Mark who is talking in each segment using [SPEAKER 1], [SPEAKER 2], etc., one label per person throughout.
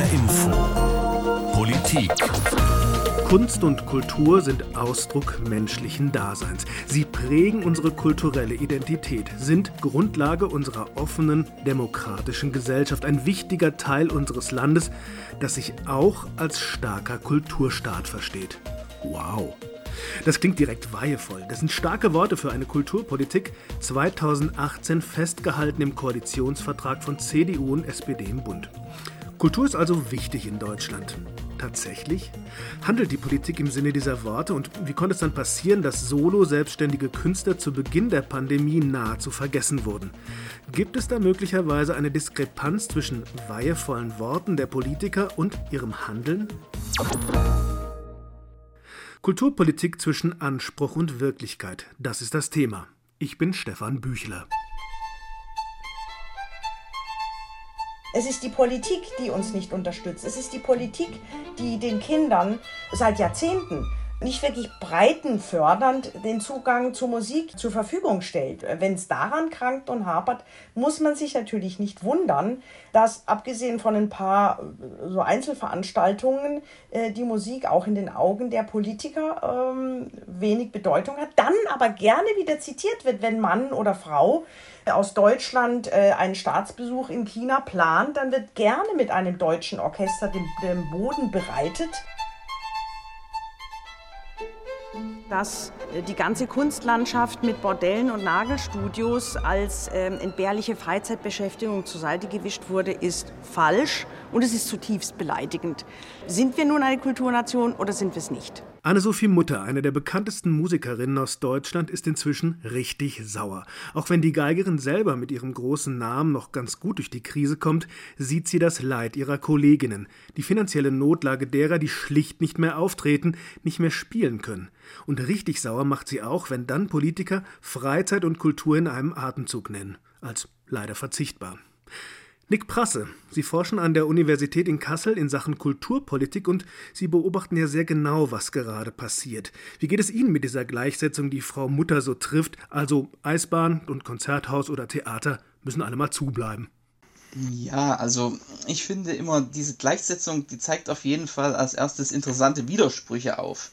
[SPEAKER 1] HR Info. Politik.
[SPEAKER 2] Kunst und Kultur sind Ausdruck menschlichen Daseins. Sie prägen unsere kulturelle Identität, sind Grundlage unserer offenen, demokratischen Gesellschaft, ein wichtiger Teil unseres Landes, das sich auch als starker Kulturstaat versteht. Wow! Das klingt direkt weihevoll. Das sind starke Worte für eine Kulturpolitik, 2018 festgehalten im Koalitionsvertrag von CDU und SPD im Bund. Kultur ist also wichtig in Deutschland. Tatsächlich? Handelt die Politik im Sinne dieser Worte? Und wie konnte es dann passieren, dass solo-selbstständige Künstler zu Beginn der Pandemie nahezu vergessen wurden? Gibt es da möglicherweise eine Diskrepanz zwischen weihevollen Worten der Politiker und ihrem Handeln? Kulturpolitik zwischen Anspruch und Wirklichkeit, das ist das Thema. Ich bin Stefan Büchler.
[SPEAKER 3] Es ist die Politik, die uns nicht unterstützt. Es ist die Politik, die den Kindern seit Jahrzehnten nicht wirklich breitenfördernd den Zugang zu Musik zur Verfügung stellt. Wenn es daran krankt und hapert, muss man sich natürlich nicht wundern, dass abgesehen von ein paar so Einzelveranstaltungen die Musik auch in den Augen der Politiker wenig Bedeutung hat, dann aber gerne wieder zitiert wird, wenn Mann oder Frau aus Deutschland einen Staatsbesuch in China plant, dann wird gerne mit einem deutschen Orchester den Boden bereitet. Dass die ganze Kunstlandschaft mit Bordellen und Nagelstudios als entbehrliche Freizeitbeschäftigung zur Seite gewischt wurde, ist falsch und es ist zutiefst beleidigend. Sind wir nun eine Kulturnation oder sind wir es nicht?
[SPEAKER 2] Anne-Sophie Mutter, eine der bekanntesten Musikerinnen aus Deutschland, ist inzwischen richtig sauer. Auch wenn die Geigerin selber mit ihrem großen Namen noch ganz gut durch die Krise kommt, sieht sie das Leid ihrer Kolleginnen, die finanzielle Notlage derer, die schlicht nicht mehr auftreten, nicht mehr spielen können. Und richtig sauer macht sie auch, wenn dann Politiker Freizeit und Kultur in einem Atemzug nennen, als leider verzichtbar. Nick Prasse, Sie forschen an der Universität in Kassel in Sachen Kulturpolitik und Sie beobachten ja sehr genau, was gerade passiert. Wie geht es Ihnen mit dieser Gleichsetzung, die Frau Mutter so trifft? Also Eisbahn und Konzerthaus oder Theater müssen alle mal zubleiben.
[SPEAKER 4] Ja, also ich finde immer, diese Gleichsetzung, die zeigt auf jeden Fall als erstes interessante Widersprüche auf.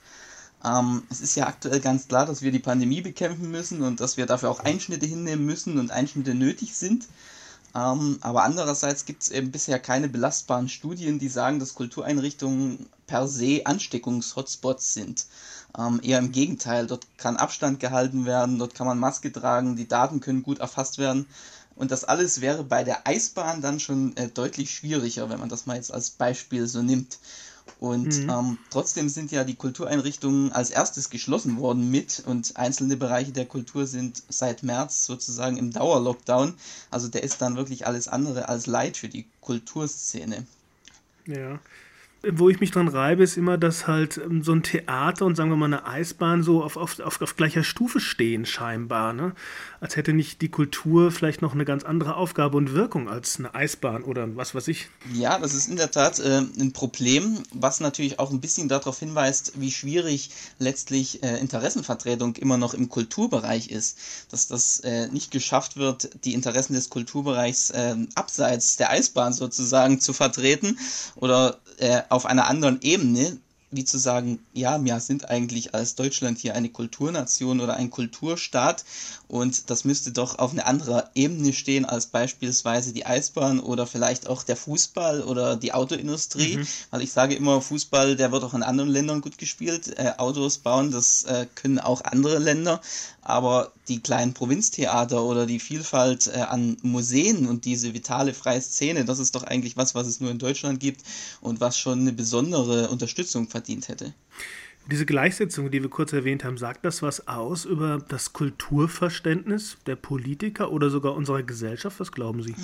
[SPEAKER 4] Es ist ja aktuell ganz klar, dass wir die Pandemie bekämpfen müssen und dass wir dafür auch Einschnitte hinnehmen müssen und Einschnitte nötig sind. Aber andererseits gibt es eben bisher keine belastbaren Studien, die sagen, dass Kultureinrichtungen per se Ansteckungs-Hotspots sind. Eher im Gegenteil, dort kann Abstand gehalten werden, dort kann man Maske tragen, die Daten können gut erfasst werden. Und das alles wäre bei der Eisbahn dann schon deutlich schwieriger, wenn man das mal jetzt als Beispiel so nimmt. Und trotzdem sind ja die Kultureinrichtungen als erstes geschlossen worden und einzelne Bereiche der Kultur sind seit März sozusagen im Dauerlockdown. Also der ist dann wirklich alles andere als Leid für die Kulturszene.
[SPEAKER 2] Ja. Wo ich mich dran reibe, ist immer, dass halt so ein Theater und sagen wir mal eine Eisbahn so auf gleicher Stufe stehen scheinbar, ne? Als hätte nicht die Kultur vielleicht noch eine ganz andere Aufgabe und Wirkung als eine Eisbahn oder was weiß ich.
[SPEAKER 4] Ja, das ist in der Tat ein Problem, was natürlich auch ein bisschen darauf hinweist, wie schwierig letztlich Interessenvertretung immer noch im Kulturbereich ist. Dass das nicht geschafft wird, die Interessen des Kulturbereichs abseits der Eisbahn sozusagen zu vertreten oder auf einer anderen Ebene, wie zu sagen, ja, wir sind eigentlich als Deutschland hier eine Kulturnation oder ein Kulturstaat und das müsste doch auf einer anderen Ebene stehen als beispielsweise die Eisbahn oder vielleicht auch der Fußball oder die Autoindustrie, weil ich sage immer, Fußball, der wird auch in anderen Ländern gut gespielt, Autos bauen, das können auch andere Länder, aber die kleinen Provinztheater oder die Vielfalt an Museen und diese vitale freie Szene, das ist doch eigentlich was es nur in Deutschland gibt und was schon eine besondere Unterstützung verdient hätte.
[SPEAKER 2] Diese Gleichsetzung, die wir kurz erwähnt haben, sagt das was aus über das Kulturverständnis der Politiker oder sogar unserer Gesellschaft? Was glauben Sie?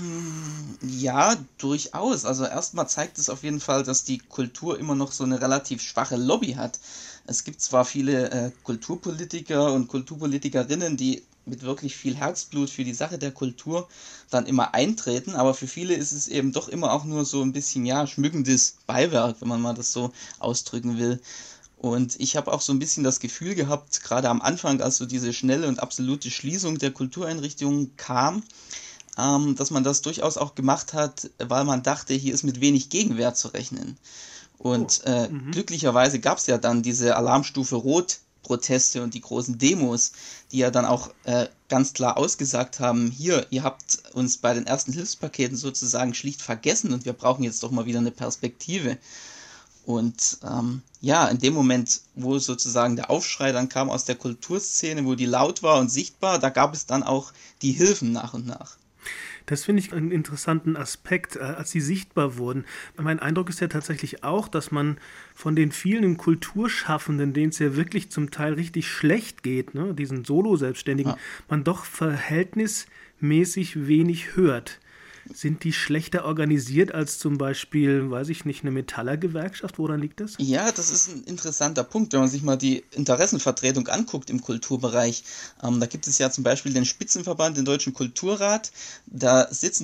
[SPEAKER 4] Ja, durchaus. Also erstmal zeigt es auf jeden Fall, dass die Kultur immer noch so eine relativ schwache Lobby hat. Es gibt zwar viele Kulturpolitiker und Kulturpolitikerinnen, die mit wirklich viel Herzblut für die Sache der Kultur dann immer eintreten, aber für viele ist es eben doch immer auch nur so ein bisschen, ja, schmückendes Beiwerk, wenn man mal das so ausdrücken will. Und ich habe auch so ein bisschen das Gefühl gehabt, gerade am Anfang, als so diese schnelle und absolute Schließung der Kultureinrichtungen kam, dass man das durchaus auch gemacht hat, weil man dachte, hier ist mit wenig Gegenwehr zu rechnen. Und glücklicherweise gab es ja dann diese Alarmstufe Rot-Proteste und die großen Demos, die ja dann auch ganz klar ausgesagt haben, hier, ihr habt uns bei den ersten Hilfspaketen sozusagen schlicht vergessen und wir brauchen jetzt doch mal wieder eine Perspektive. Und in dem Moment, wo sozusagen der Aufschrei dann kam aus der Kulturszene, wo die laut war und sichtbar, da gab es dann auch die Hilfen nach und nach.
[SPEAKER 2] Das finde ich einen interessanten Aspekt, als sie sichtbar wurden. Mein Eindruck ist ja tatsächlich auch, dass man von den vielen Kulturschaffenden, denen es ja wirklich zum Teil richtig schlecht geht, ne, diesen Solo-Selbstständigen, man doch verhältnismäßig wenig hört. Sind die schlechter organisiert als zum Beispiel, weiß ich nicht, eine Metallergewerkschaft? Woran liegt das?
[SPEAKER 4] Ja, das ist ein interessanter Punkt, wenn man sich mal die Interessenvertretung anguckt im Kulturbereich. Da gibt es ja zum Beispiel den Spitzenverband, den Deutschen Kulturrat. Da sitzen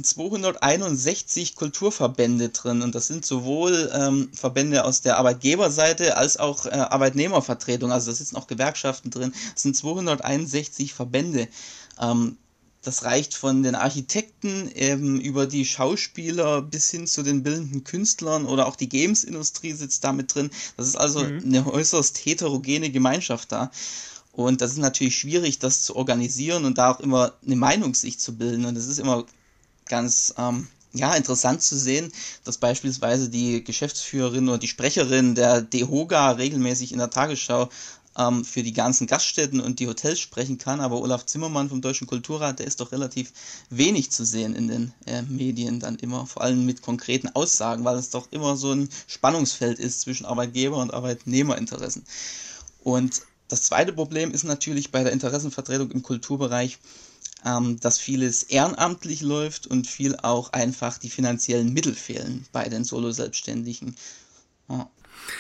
[SPEAKER 4] 261 Kulturverbände drin und das sind sowohl Verbände aus der Arbeitgeberseite als auch Arbeitnehmervertretung. Also da sitzen auch Gewerkschaften drin. Das sind 261 Verbände. Das reicht von den Architekten über die Schauspieler bis hin zu den bildenden Künstlern oder auch die Games-Industrie sitzt da mit drin. Das ist also eine äußerst heterogene Gemeinschaft da. Und das ist natürlich schwierig, das zu organisieren und da auch immer eine Meinung sich zu bilden. Und es ist immer ganz interessant zu sehen, dass beispielsweise die Geschäftsführerin oder die Sprecherin der DEHOGA regelmäßig in der Tagesschau für die ganzen Gaststätten und die Hotels sprechen kann, aber Olaf Zimmermann vom Deutschen Kulturrat, der ist doch relativ wenig zu sehen in den Medien dann immer, vor allem mit konkreten Aussagen, weil es doch immer so ein Spannungsfeld ist zwischen Arbeitgeber- und Arbeitnehmerinteressen. Und das zweite Problem ist natürlich bei der Interessenvertretung im Kulturbereich, dass vieles ehrenamtlich läuft und viel auch einfach die finanziellen Mittel fehlen bei den Solo-Selbstständigen. Ja.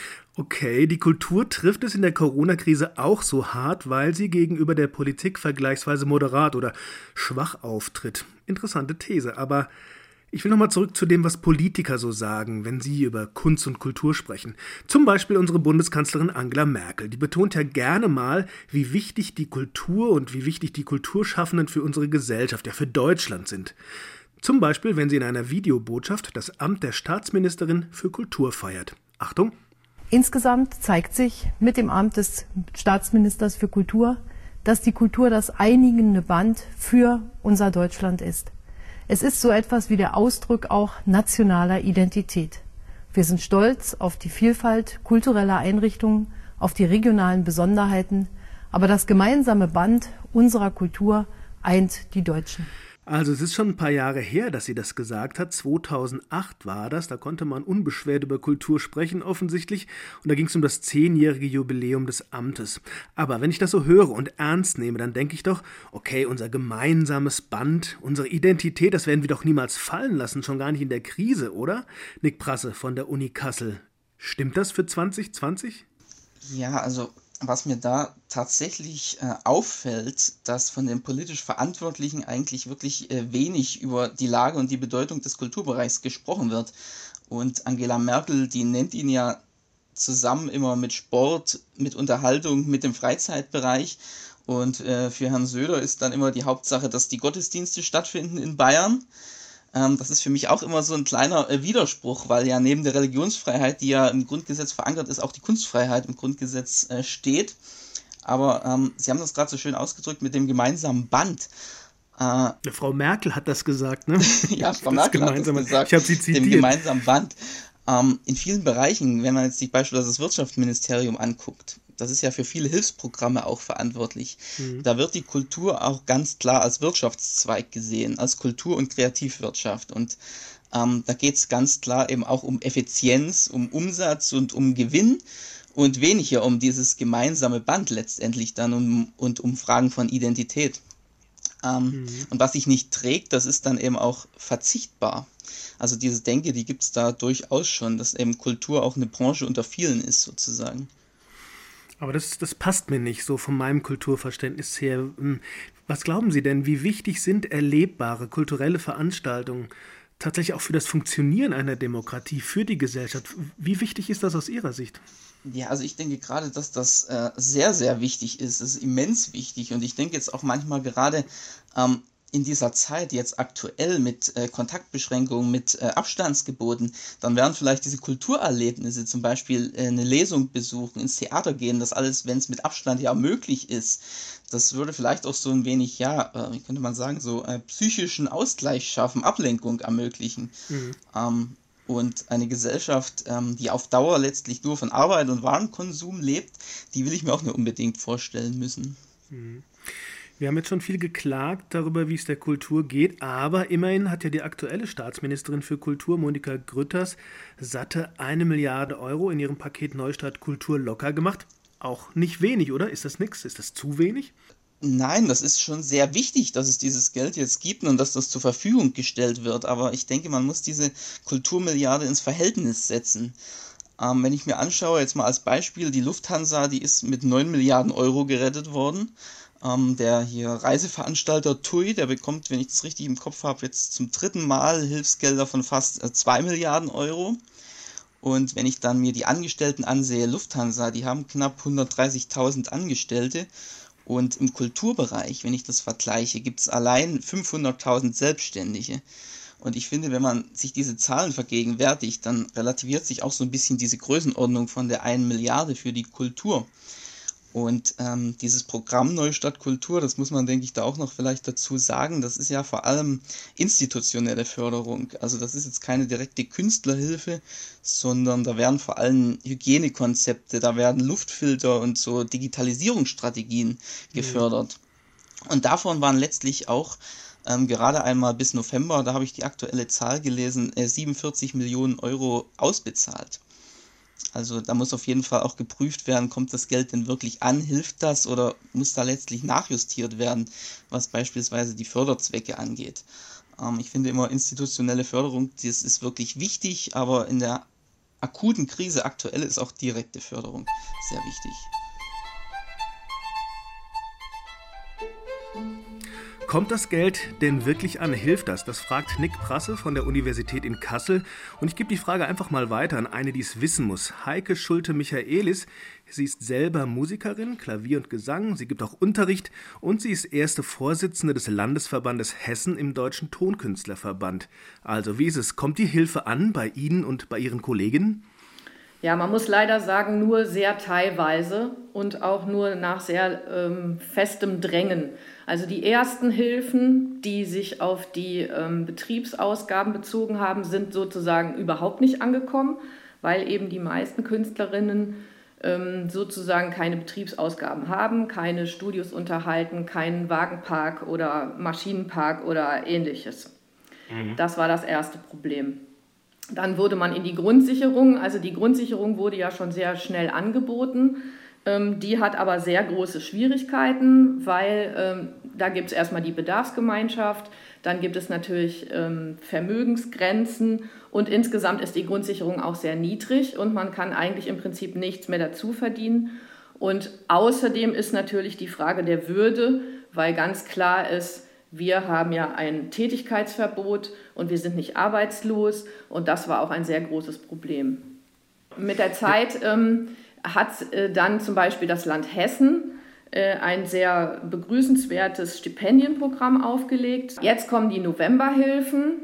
[SPEAKER 2] Okay, die Kultur trifft es in der Corona-Krise auch so hart, weil sie gegenüber der Politik vergleichsweise moderat oder schwach auftritt. Interessante These, aber ich will nochmal zurück zu dem, was Politiker so sagen, wenn sie über Kunst und Kultur sprechen. Zum Beispiel unsere Bundeskanzlerin Angela Merkel. Die betont ja gerne mal, wie wichtig die Kultur und wie wichtig die Kulturschaffenden für unsere Gesellschaft, ja für Deutschland sind. Zum Beispiel, wenn sie in einer Videobotschaft das Amt der Staatsministerin für Kultur feiert. Achtung!
[SPEAKER 5] Insgesamt zeigt sich mit dem Amt des Staatsministers für Kultur, dass die Kultur das einigende Band für unser Deutschland ist. Es ist so etwas wie der Ausdruck auch nationaler Identität. Wir sind stolz auf die Vielfalt kultureller Einrichtungen, auf die regionalen Besonderheiten, aber das gemeinsame Band unserer Kultur eint die Deutschen.
[SPEAKER 2] Also es ist schon ein paar Jahre her, dass sie das gesagt hat. 2008 war das, da konnte man unbeschwert über Kultur sprechen offensichtlich und da ging es um das 10-jährige Jubiläum des Amtes. Aber wenn ich das so höre und ernst nehme, dann denke ich doch, okay, unser gemeinsames Band, unsere Identität, das werden wir doch niemals fallen lassen, schon gar nicht in der Krise, oder? Nick Prasse von der Uni Kassel. Stimmt das für 2020?
[SPEAKER 4] Ja, also was mir da tatsächlich auffällt, dass von den politisch Verantwortlichen eigentlich wirklich wenig über die Lage und die Bedeutung des Kulturbereichs gesprochen wird. Und Angela Merkel, die nennt ihn ja zusammen immer mit Sport, mit Unterhaltung, mit dem Freizeitbereich. Und für Herrn Söder ist dann immer die Hauptsache, dass die Gottesdienste stattfinden in Bayern. Das ist für mich auch immer so ein kleiner Widerspruch, weil ja neben der Religionsfreiheit, die ja im Grundgesetz verankert ist, auch die Kunstfreiheit im Grundgesetz steht. Aber Sie haben das gerade so schön ausgedrückt mit dem gemeinsamen Band.
[SPEAKER 2] Frau Merkel hat das gesagt, ne?
[SPEAKER 4] Ja, Frau Merkel hat das gesagt.
[SPEAKER 2] Ich habe sie zitiert.
[SPEAKER 4] Dem gemeinsamen Band. In vielen Bereichen, wenn man jetzt sich beispielsweise das Wirtschaftsministerium anguckt, das ist ja für viele Hilfsprogramme auch verantwortlich. Da wird die Kultur auch ganz klar als Wirtschaftszweig gesehen, als Kultur- und Kreativwirtschaft. Und da geht es ganz klar eben auch um Effizienz, um Umsatz und um Gewinn und weniger um dieses gemeinsame Band letztendlich dann und um Fragen von Identität. Und was sich nicht trägt, das ist dann eben auch verzichtbar. Also diese Denke, die gibt es da durchaus schon, dass eben Kultur auch eine Branche unter vielen ist sozusagen.
[SPEAKER 2] Aber das passt mir nicht so von meinem Kulturverständnis her. Was glauben Sie denn, wie wichtig sind erlebbare kulturelle Veranstaltungen tatsächlich auch für das Funktionieren einer Demokratie, für die Gesellschaft? Wie wichtig ist das aus Ihrer Sicht?
[SPEAKER 4] Ja, also ich denke gerade, dass das sehr, sehr wichtig ist. Das ist immens wichtig und ich denke jetzt auch manchmal gerade, in dieser Zeit jetzt aktuell mit Kontaktbeschränkungen, mit Abstandsgeboten, dann wären vielleicht diese Kulturerlebnisse, zum Beispiel eine Lesung besuchen, ins Theater gehen, das alles, wenn es mit Abstand ja möglich ist, das würde vielleicht auch so ein wenig, wie könnte man sagen, so psychischen Ausgleich schaffen, Ablenkung ermöglichen. Und eine Gesellschaft, die auf Dauer letztlich nur von Arbeit und Warenkonsum lebt, die will ich mir auch nicht unbedingt vorstellen müssen.
[SPEAKER 2] Wir haben jetzt schon viel geklagt darüber, wie es der Kultur geht, aber immerhin hat ja die aktuelle Staatsministerin für Kultur, Monika Grütters, satte 1 Milliarde Euro in ihrem Paket Neustart Kultur locker gemacht. Auch nicht wenig, oder? Ist das nix? Ist das zu wenig?
[SPEAKER 4] Nein, das ist schon sehr wichtig, dass es dieses Geld jetzt gibt und dass das zur Verfügung gestellt wird. Aber ich denke, man muss diese Kulturmilliarde ins Verhältnis setzen. Wenn ich mir anschaue, jetzt mal als Beispiel, die Lufthansa, die ist mit 9 Milliarden Euro gerettet worden. Der hier Reiseveranstalter TUI, der bekommt, wenn ich das richtig im Kopf habe, jetzt zum 3. Mal Hilfsgelder von fast 2 Milliarden Euro. Und wenn ich dann mir die Angestellten ansehe, Lufthansa, die haben knapp 130.000 Angestellte. Und im Kulturbereich, wenn ich das vergleiche, gibt es allein 500.000 Selbstständige. Und ich finde, wenn man sich diese Zahlen vergegenwärtigt, dann relativiert sich auch so ein bisschen diese Größenordnung von der 1 Milliarde für die Kultur. Und dieses Programm Neustart Kultur, das muss man, denke ich, da auch noch vielleicht dazu sagen, das ist ja vor allem institutionelle Förderung. Also das ist jetzt keine direkte Künstlerhilfe, sondern da werden vor allem Hygienekonzepte, da werden Luftfilter und so Digitalisierungsstrategien gefördert. Und davon waren letztlich auch gerade einmal bis November, da habe ich die aktuelle Zahl gelesen, 47 Millionen Euro ausbezahlt. Also da muss auf jeden Fall auch geprüft werden, kommt das Geld denn wirklich an, hilft das oder muss da letztlich nachjustiert werden, was beispielsweise die Förderzwecke angeht. Ich finde immer institutionelle Förderung, das ist wirklich wichtig, aber in der akuten Krise aktuell ist auch direkte Förderung sehr wichtig.
[SPEAKER 2] Kommt das Geld denn wirklich an? Hilft das? Das fragt Nick Prasse von der Universität in Kassel. Und ich gebe die Frage einfach mal weiter an eine, die es wissen muss. Heike Schulte-Michaelis. Sie ist selber Musikerin, Klavier und Gesang. Sie gibt auch Unterricht und sie ist erste Vorsitzende des Landesverbandes Hessen im Deutschen Tonkünstlerverband. Also, wie ist es? Kommt die Hilfe an bei Ihnen und bei Ihren Kolleginnen?
[SPEAKER 6] Ja, man muss leider sagen, nur sehr teilweise und auch nur nach sehr festem Drängen. Also die ersten Hilfen, die sich auf die Betriebsausgaben bezogen haben, sind sozusagen überhaupt nicht angekommen, weil eben die meisten Künstlerinnen sozusagen keine Betriebsausgaben haben, keine Studios unterhalten, keinen Wagenpark oder Maschinenpark oder ähnliches. Das war das erste Problem. Dann wurde man in die Grundsicherung, also die Grundsicherung wurde ja schon sehr schnell angeboten, die hat aber sehr große Schwierigkeiten, weil da gibt es erstmal die Bedarfsgemeinschaft, dann gibt es natürlich Vermögensgrenzen und insgesamt ist die Grundsicherung auch sehr niedrig und man kann eigentlich im Prinzip nichts mehr dazu verdienen. Und außerdem ist natürlich die Frage der Würde, weil ganz klar ist, wir haben ja ein Tätigkeitsverbot und wir sind nicht arbeitslos und das war auch ein sehr großes Problem. Mit der Zeit hat dann zum Beispiel das Land Hessen ein sehr begrüßenswertes Stipendienprogramm aufgelegt. Jetzt kommen die Novemberhilfen.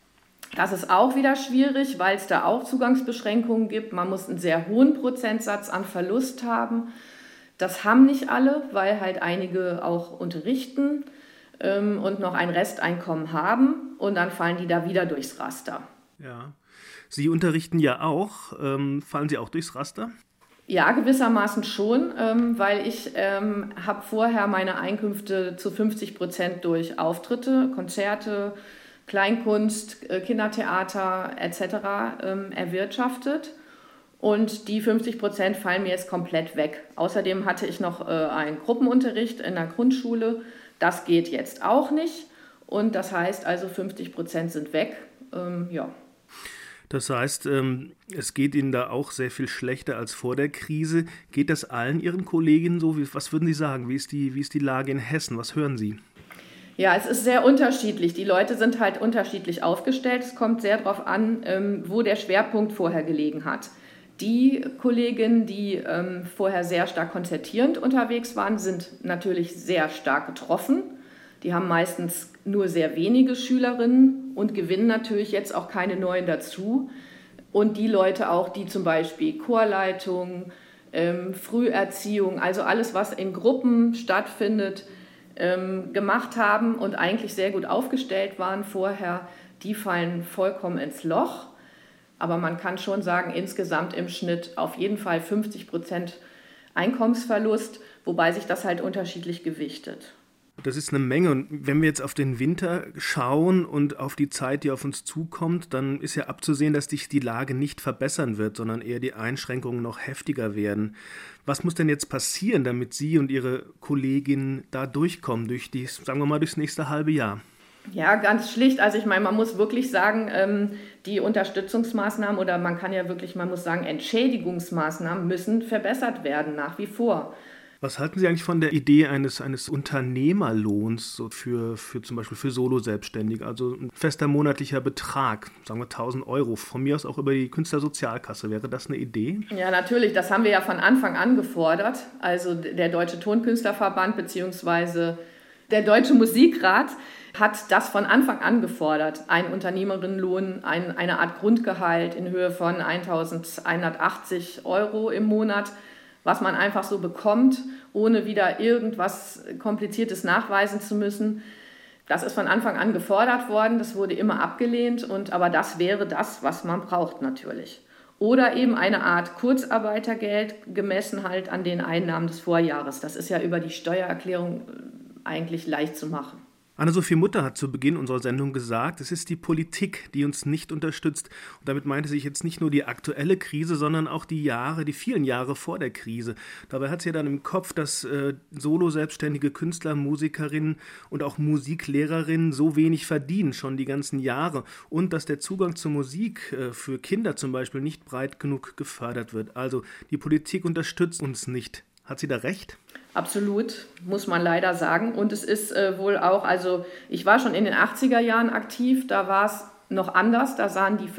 [SPEAKER 6] Das ist auch wieder schwierig, weil es da auch Zugangsbeschränkungen gibt. Man muss einen sehr hohen Prozentsatz an Verlust haben. Das haben nicht alle, weil halt einige auch unterrichten und noch ein Resteinkommen haben und dann fallen die da wieder durchs Raster.
[SPEAKER 2] Ja, Sie unterrichten ja auch. Fallen Sie auch durchs Raster?
[SPEAKER 6] Ja, gewissermaßen schon, weil ich habe vorher meine Einkünfte zu 50% durch Auftritte, Konzerte, Kleinkunst, Kindertheater etc. Erwirtschaftet. Und die 50% fallen mir jetzt komplett weg. Außerdem hatte ich noch einen Gruppenunterricht in der Grundschule. Das geht jetzt auch nicht. Und das heißt also 50% sind weg. Ja.
[SPEAKER 2] Das heißt, es geht Ihnen da auch sehr viel schlechter als vor der Krise. Geht das allen Ihren Kolleginnen so? Was würden Sie sagen? Wie ist die Lage in Hessen? Was hören Sie?
[SPEAKER 6] Ja, es ist sehr unterschiedlich. Die Leute sind halt unterschiedlich aufgestellt. Es kommt sehr darauf an, wo der Schwerpunkt vorher gelegen hat. Die Kolleginnen, die vorher sehr stark konzertierend unterwegs waren, sind natürlich sehr stark getroffen. Die haben meistens nur sehr wenige Schülerinnen und gewinnen natürlich jetzt auch keine neuen dazu. Und die Leute auch, die zum Beispiel Chorleitung, Früherziehung, also alles, was in Gruppen stattfindet, gemacht haben und eigentlich sehr gut aufgestellt waren vorher, die fallen vollkommen ins Loch. Aber man kann schon sagen, insgesamt im Schnitt auf jeden Fall 50% Einkommensverlust, wobei sich das halt unterschiedlich gewichtet.
[SPEAKER 2] Das ist eine Menge. Und wenn wir jetzt auf den Winter schauen und auf die Zeit, die auf uns zukommt, dann ist ja abzusehen, dass sich die Lage nicht verbessern wird, sondern eher die Einschränkungen noch heftiger werden. Was muss denn jetzt passieren, damit Sie und Ihre Kolleginnen da durchkommen, sagen wir mal, durchs nächste halbe Jahr?
[SPEAKER 6] Ja, ganz schlicht. Also ich meine, man muss wirklich sagen, die Unterstützungsmaßnahmen oder man muss sagen, Entschädigungsmaßnahmen müssen verbessert werden, nach wie vor.
[SPEAKER 2] Was halten Sie eigentlich von der Idee eines Unternehmerlohns so für zum Beispiel für Solo-Selbstständige? Also ein fester monatlicher Betrag, sagen wir 1.000 Euro, von mir aus auch über die Künstlersozialkasse. Wäre das eine Idee?
[SPEAKER 6] Ja, natürlich. Das haben wir ja von Anfang an gefordert. Also der Deutsche Tonkünstlerverband bzw. der Deutsche Musikrat hat das von Anfang an gefordert. Ein Unternehmerinnenlohn, eine Art Grundgehalt in Höhe von 1.180 Euro im Monat, was man einfach so bekommt, ohne wieder irgendwas Kompliziertes nachweisen zu müssen. Das ist von Anfang an gefordert worden, das wurde immer abgelehnt, aber das wäre das, was man braucht natürlich. Oder eben eine Art Kurzarbeitergeld, gemessen halt an den Einnahmen des Vorjahres. Das ist ja über die Steuererklärung eigentlich leicht zu machen.
[SPEAKER 2] Anne-Sophie Mutter hat zu Beginn unserer Sendung gesagt, es ist die Politik, die uns nicht unterstützt. Und damit meinte sich jetzt nicht nur die aktuelle Krise, sondern auch die vielen Jahre vor der Krise. Dabei hat sie ja dann im Kopf, dass solo-selbstständige Künstler, Musikerinnen und auch Musiklehrerinnen so wenig verdienen, schon die ganzen Jahre. Und dass der Zugang zur Musik für Kinder zum Beispiel nicht breit genug gefördert wird. Also die Politik unterstützt uns nicht. Hat sie da recht?
[SPEAKER 6] Absolut, muss man leider sagen. Und es ist wohl auch, also ich war schon in den 80er Jahren aktiv, da war es noch anders, da sahen die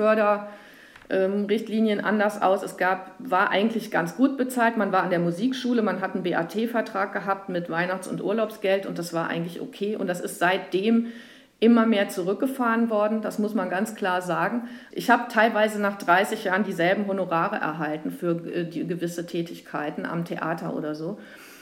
[SPEAKER 6] Förderrichtlinien anders aus. War eigentlich ganz gut bezahlt, man war an der Musikschule, man hat einen BAT-Vertrag gehabt mit Weihnachts- und Urlaubsgeld und das war eigentlich okay. Und das ist seitdem immer mehr zurückgefahren worden, das muss man ganz klar sagen. Ich habe teilweise nach 30 Jahren dieselben Honorare erhalten für gewisse Tätigkeiten am Theater oder so.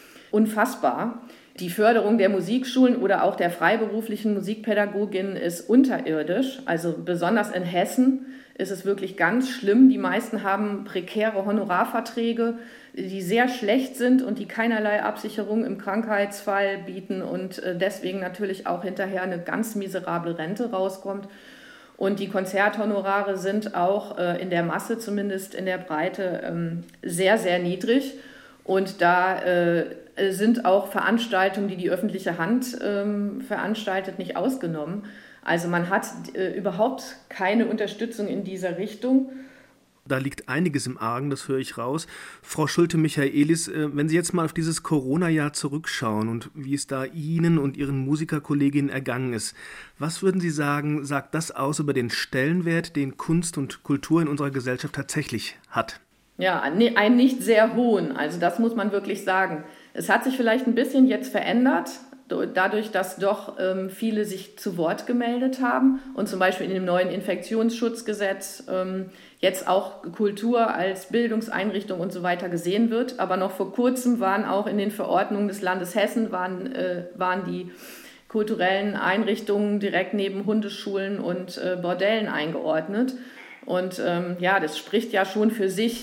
[SPEAKER 6] Unfassbar. Die Förderung der Musikschulen oder auch der freiberuflichen Musikpädagoginnen ist unterirdisch. Also besonders in Hessen ist es wirklich ganz schlimm. Die meisten haben prekäre Honorarverträge, die sehr schlecht sind und die keinerlei Absicherung im Krankheitsfall bieten und deswegen natürlich auch hinterher eine ganz miserable Rente rauskommt. Und die Konzerthonorare sind auch in der Masse, zumindest in der Breite, sehr, sehr niedrig. Und da sind auch Veranstaltungen, die öffentliche Hand veranstaltet, nicht ausgenommen. Also man hat überhaupt keine Unterstützung in dieser Richtung.
[SPEAKER 2] Da liegt einiges im Argen, das höre ich raus. Frau Schulte-Michaelis, wenn Sie jetzt mal auf dieses Corona-Jahr zurückschauen und wie es da Ihnen und Ihren Musikerkolleginnen ergangen ist, was würden Sie sagen, sagt das aus über den Stellenwert, den Kunst und Kultur in unserer Gesellschaft tatsächlich hat?
[SPEAKER 6] Ja, einen nicht sehr hohen, also das muss man wirklich sagen. Es hat sich vielleicht ein bisschen jetzt verändert, dadurch, dass doch viele sich zu Wort gemeldet haben und zum Beispiel in dem neuen Infektionsschutzgesetz jetzt auch Kultur als Bildungseinrichtung und so weiter gesehen wird. Aber noch vor kurzem waren auch in den Verordnungen des Landes Hessen waren die kulturellen Einrichtungen direkt neben Hundeschulen und Bordellen eingeordnet. Und das spricht ja schon für sich.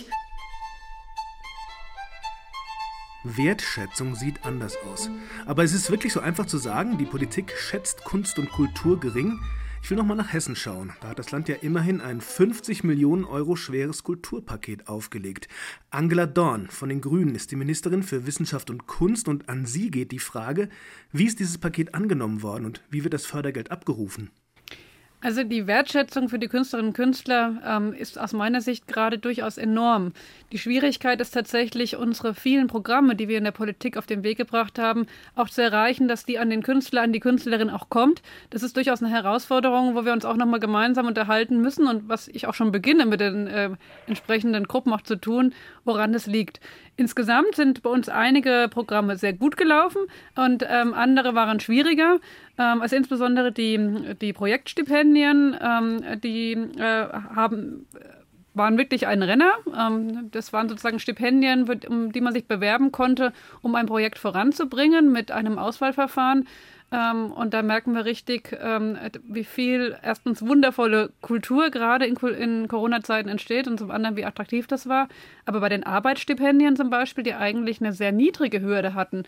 [SPEAKER 2] Wertschätzung sieht anders aus. Aber es ist wirklich so einfach zu sagen, die Politik schätzt Kunst und Kultur gering. Ich will noch mal nach Hessen schauen. Da hat das Land ja immerhin ein 50 Millionen Euro schweres Kulturpaket aufgelegt. Angela Dorn von den Grünen ist die Ministerin für Wissenschaft und Kunst und an sie geht die Frage, wie ist dieses Paket angenommen worden und wie wird das Fördergeld abgerufen?
[SPEAKER 7] Also die Wertschätzung für die Künstlerinnen und Künstler ist aus meiner Sicht gerade durchaus enorm. Die Schwierigkeit ist tatsächlich, unsere vielen Programme, die wir in der Politik auf den Weg gebracht haben, auch zu erreichen, dass die an den Künstler, an die Künstlerin auch kommt. Das ist durchaus eine Herausforderung, wo wir uns auch nochmal gemeinsam unterhalten müssen und was ich auch schon beginne mit den entsprechenden Gruppen auch zu tun, woran es liegt. Insgesamt sind bei uns einige Programme sehr gut gelaufen und andere waren schwieriger. Also insbesondere die Projektstipendien, waren wirklich ein Renner. Das waren sozusagen Stipendien, um die man sich bewerben konnte, um ein Projekt voranzubringen mit einem Auswahlverfahren. Und da merken wir richtig, wie viel erstens wundervolle Kultur gerade in Corona-Zeiten entsteht und zum anderen, wie attraktiv das war. Aber bei den Arbeitsstipendien zum Beispiel, die eigentlich eine sehr niedrige Hürde hatten,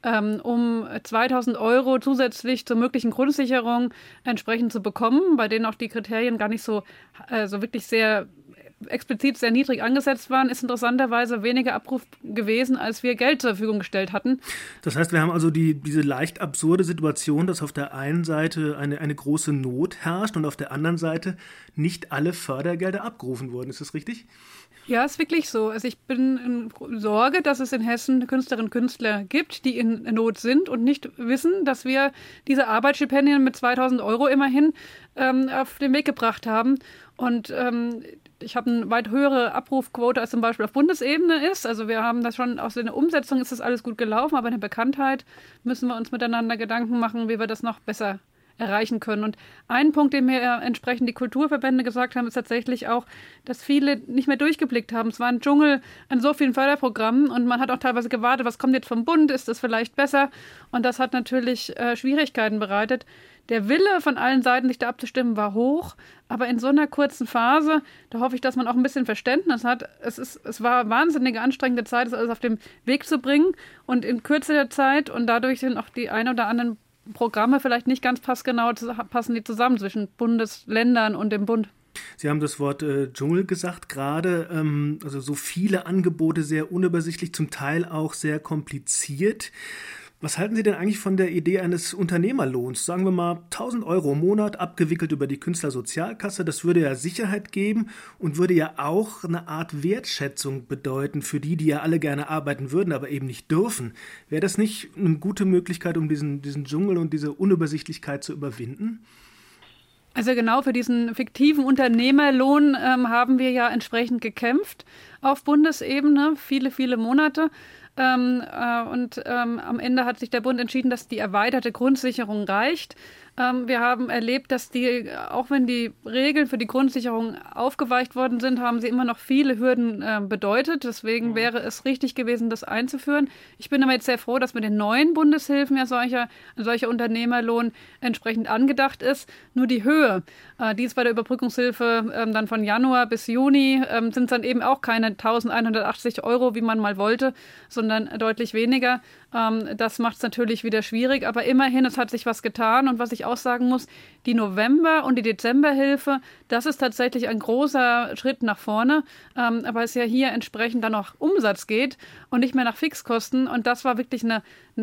[SPEAKER 7] um 2.000 € zusätzlich zur möglichen Grundsicherung entsprechend zu bekommen, bei denen auch die Kriterien gar nicht so wirklich sehr explizit sehr niedrig angesetzt waren, ist interessanterweise weniger Abruf gewesen, als wir Geld zur Verfügung gestellt hatten.
[SPEAKER 2] Das heißt, wir haben also diese leicht absurde Situation, dass auf der einen Seite eine große Not herrscht und auf der anderen Seite nicht alle Fördergelder abgerufen wurden. Ist das richtig?
[SPEAKER 7] Ja, ist wirklich so. Also ich bin in Sorge, dass es in Hessen Künstlerinnen und Künstler gibt, die in Not sind und nicht wissen, dass wir diese Arbeitsstipendien mit 2.000 € immerhin auf den Weg gebracht haben. Und ich habe eine weit höhere Abrufquote, als zum Beispiel auf Bundesebene ist. Also wir haben das schon, aus der Umsetzung ist das alles gut gelaufen, aber in der Bekanntheit müssen wir uns miteinander Gedanken machen, wie wir das noch besser erreichen können. Und ein Punkt, den mir entsprechend die Kulturverbände gesagt haben, ist tatsächlich auch, dass viele nicht mehr durchgeblickt haben. Es war ein Dschungel an so vielen Förderprogrammen und man hat auch teilweise gewartet, was kommt jetzt vom Bund, ist das vielleicht besser? Und das hat natürlich Schwierigkeiten bereitet. Der Wille von allen Seiten, sich da abzustimmen, war hoch, aber in so einer kurzen Phase, da hoffe ich, dass man auch ein bisschen Verständnis hat. Es war eine wahnsinnige anstrengende Zeit, das alles auf den Weg zu bringen und in kürzerer Zeit und dadurch sind auch die ein oder anderen Programme vielleicht nicht ganz passgenau passen die zusammen zwischen Bundesländern und dem Bund.
[SPEAKER 2] Sie haben das Wort Dschungel gesagt gerade, also so viele Angebote, sehr unübersichtlich, zum Teil auch sehr kompliziert. Was halten Sie denn eigentlich von der Idee eines Unternehmerlohns? Sagen wir mal 1.000 € im Monat, abgewickelt über die Künstlersozialkasse. Das würde ja Sicherheit geben und würde ja auch eine Art Wertschätzung bedeuten für die ja alle gerne arbeiten würden, aber eben nicht dürfen. Wäre das nicht eine gute Möglichkeit, um diesen Dschungel und diese Unübersichtlichkeit zu überwinden?
[SPEAKER 7] Also genau für diesen fiktiven Unternehmerlohn haben wir ja entsprechend gekämpft auf Bundesebene, viele, viele Monate. Am Ende hat sich der Bund entschieden, dass die erweiterte Grundsicherung reicht. Wir haben erlebt, dass auch wenn die Regeln für die Grundsicherung aufgeweicht worden sind, haben sie immer noch viele Hürden bedeutet. Deswegen wäre es richtig gewesen, das einzuführen. Ich bin aber jetzt sehr froh, dass mit den neuen Bundeshilfen ja ein solcher Unternehmerlohn entsprechend angedacht ist. Nur die Höhe, die ist bei der Überbrückungshilfe dann von Januar bis Juni, sind dann eben auch keine 1.180 €, wie man mal wollte, sondern deutlich weniger. Das macht es natürlich wieder schwierig, aber immerhin, es hat sich was getan. Und was ich auch sagen muss, die November- und die Dezemberhilfe, das ist tatsächlich ein großer Schritt nach vorne, weil es ja hier entsprechend dann auch Umsatz geht und nicht mehr nach Fixkosten. Und das war wirklich eine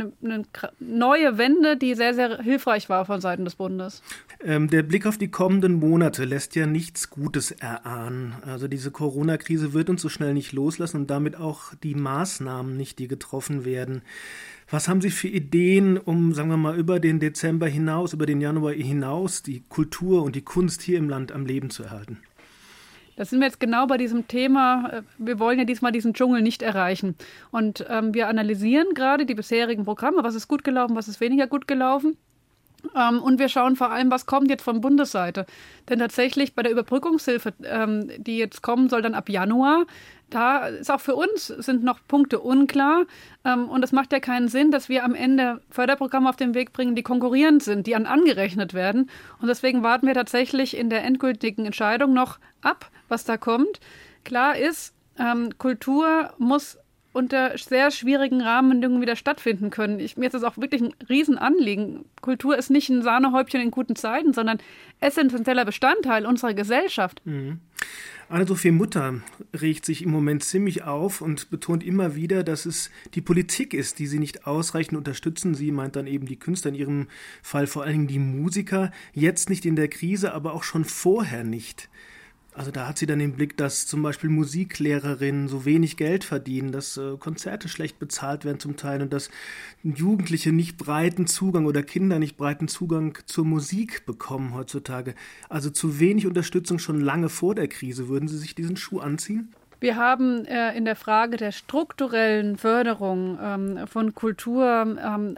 [SPEAKER 7] neue Wende, die sehr, sehr hilfreich war von Seiten des Bundes.
[SPEAKER 2] Der Blick auf die kommenden Monate lässt ja nichts Gutes erahnen. Also diese Corona-Krise wird uns so schnell nicht loslassen und damit auch die Maßnahmen nicht, die getroffen werden. Was haben Sie für Ideen, um, sagen wir mal, über den Dezember hinaus, über den Januar hinaus, die Kultur und die Kunst hier im Land am Leben zu erhalten?
[SPEAKER 7] Da sind wir jetzt genau bei diesem Thema. Wir wollen ja diesmal diesen Dschungel nicht erreichen. Und wir analysieren gerade die bisherigen Programme. Was ist gut gelaufen, was ist weniger gut gelaufen? Und wir schauen vor allem, was kommt jetzt von Bundesseite. Denn tatsächlich bei der Überbrückungshilfe, die jetzt kommen soll dann ab Januar, da ist auch für uns sind noch Punkte unklar. Und es macht ja keinen Sinn, dass wir am Ende Förderprogramme auf den Weg bringen, die konkurrierend sind, die angerechnet werden. Und deswegen warten wir tatsächlich in der endgültigen Entscheidung noch ab, was da kommt. Klar ist, Kultur muss unter sehr schwierigen Rahmenbedingungen wieder stattfinden können. Mir ist das auch wirklich ein Riesenanliegen. Kultur ist nicht ein Sahnehäubchen in guten Zeiten, sondern essentieller Bestandteil unserer Gesellschaft.
[SPEAKER 2] Mhm. Anne-Sophie Mutter regt sich im Moment ziemlich auf und betont immer wieder, dass es die Politik ist, die sie nicht ausreichend unterstützen. Sie meint dann eben die Künstler, in ihrem Fall vor allen Dingen die Musiker, jetzt nicht in der Krise, aber auch schon vorher nicht. Also da hat sie dann den Blick, dass zum Beispiel Musiklehrerinnen so wenig Geld verdienen, dass Konzerte schlecht bezahlt werden zum Teil und dass Jugendliche nicht breiten Zugang oder Kinder nicht breiten Zugang zur Musik bekommen heutzutage. Also zu wenig Unterstützung schon lange vor der Krise. Würden Sie sich diesen Schuh anziehen?
[SPEAKER 7] Wir haben in der Frage der strukturellen Förderung von Kultur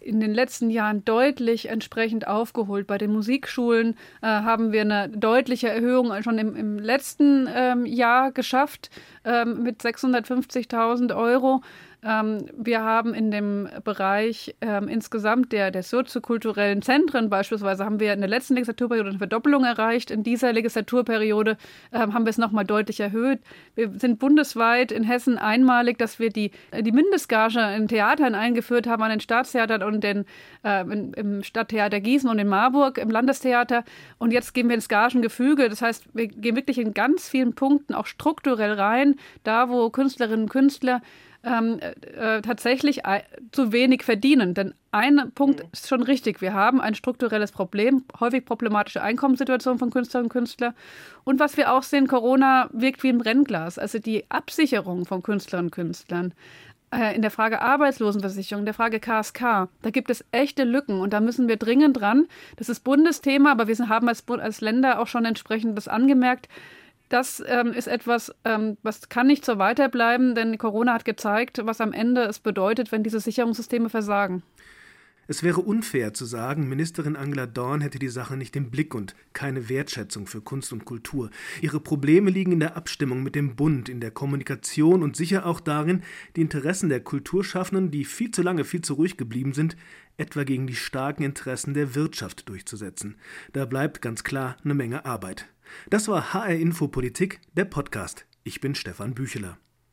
[SPEAKER 7] in den letzten Jahren deutlich entsprechend aufgeholt. Bei den Musikschulen haben wir eine deutliche Erhöhung schon im letzten Jahr geschafft mit 650.000 €. Wir haben in dem Bereich insgesamt der soziokulturellen Zentren beispielsweise, haben wir in der letzten Legislaturperiode eine Verdoppelung erreicht. In dieser Legislaturperiode haben wir es nochmal deutlich erhöht. Wir sind bundesweit in Hessen einmalig, dass wir die Mindestgage in Theatern eingeführt haben, an den Staatstheatern und im Stadttheater Gießen und in Marburg, im Landestheater. Und jetzt gehen wir ins Gagengefüge. Das heißt, wir gehen wirklich in ganz vielen Punkten auch strukturell rein, da wo Künstlerinnen und Künstler tatsächlich zu wenig verdienen. Denn ein Punkt ist schon richtig. Wir haben ein strukturelles Problem, häufig problematische Einkommenssituation von Künstlerinnen und Künstlern. Und was wir auch sehen, Corona wirkt wie ein Brennglas. Also die Absicherung von Künstlerinnen und Künstlern in der Frage Arbeitslosenversicherung, in der Frage KSK, da gibt es echte Lücken und da müssen wir dringend dran. Das ist Bundesthema, aber wir haben als Länder auch schon entsprechend das angemerkt. Das ist etwas, was kann nicht so weiterbleiben, denn Corona hat gezeigt, was am Ende es bedeutet, wenn diese Sicherungssysteme versagen.
[SPEAKER 2] Es wäre unfair zu sagen, Ministerin Angela Dorn hätte die Sache nicht im Blick und keine Wertschätzung für Kunst und Kultur. Ihre Probleme liegen in der Abstimmung mit dem Bund, in der Kommunikation und sicher auch darin, die Interessen der Kulturschaffenden, die viel zu lange viel zu ruhig geblieben sind, etwa gegen die starken Interessen der Wirtschaft durchzusetzen. Da bleibt ganz klar eine Menge Arbeit. Das war HR Info Politik, der Podcast. Ich bin Stefan Bücheler.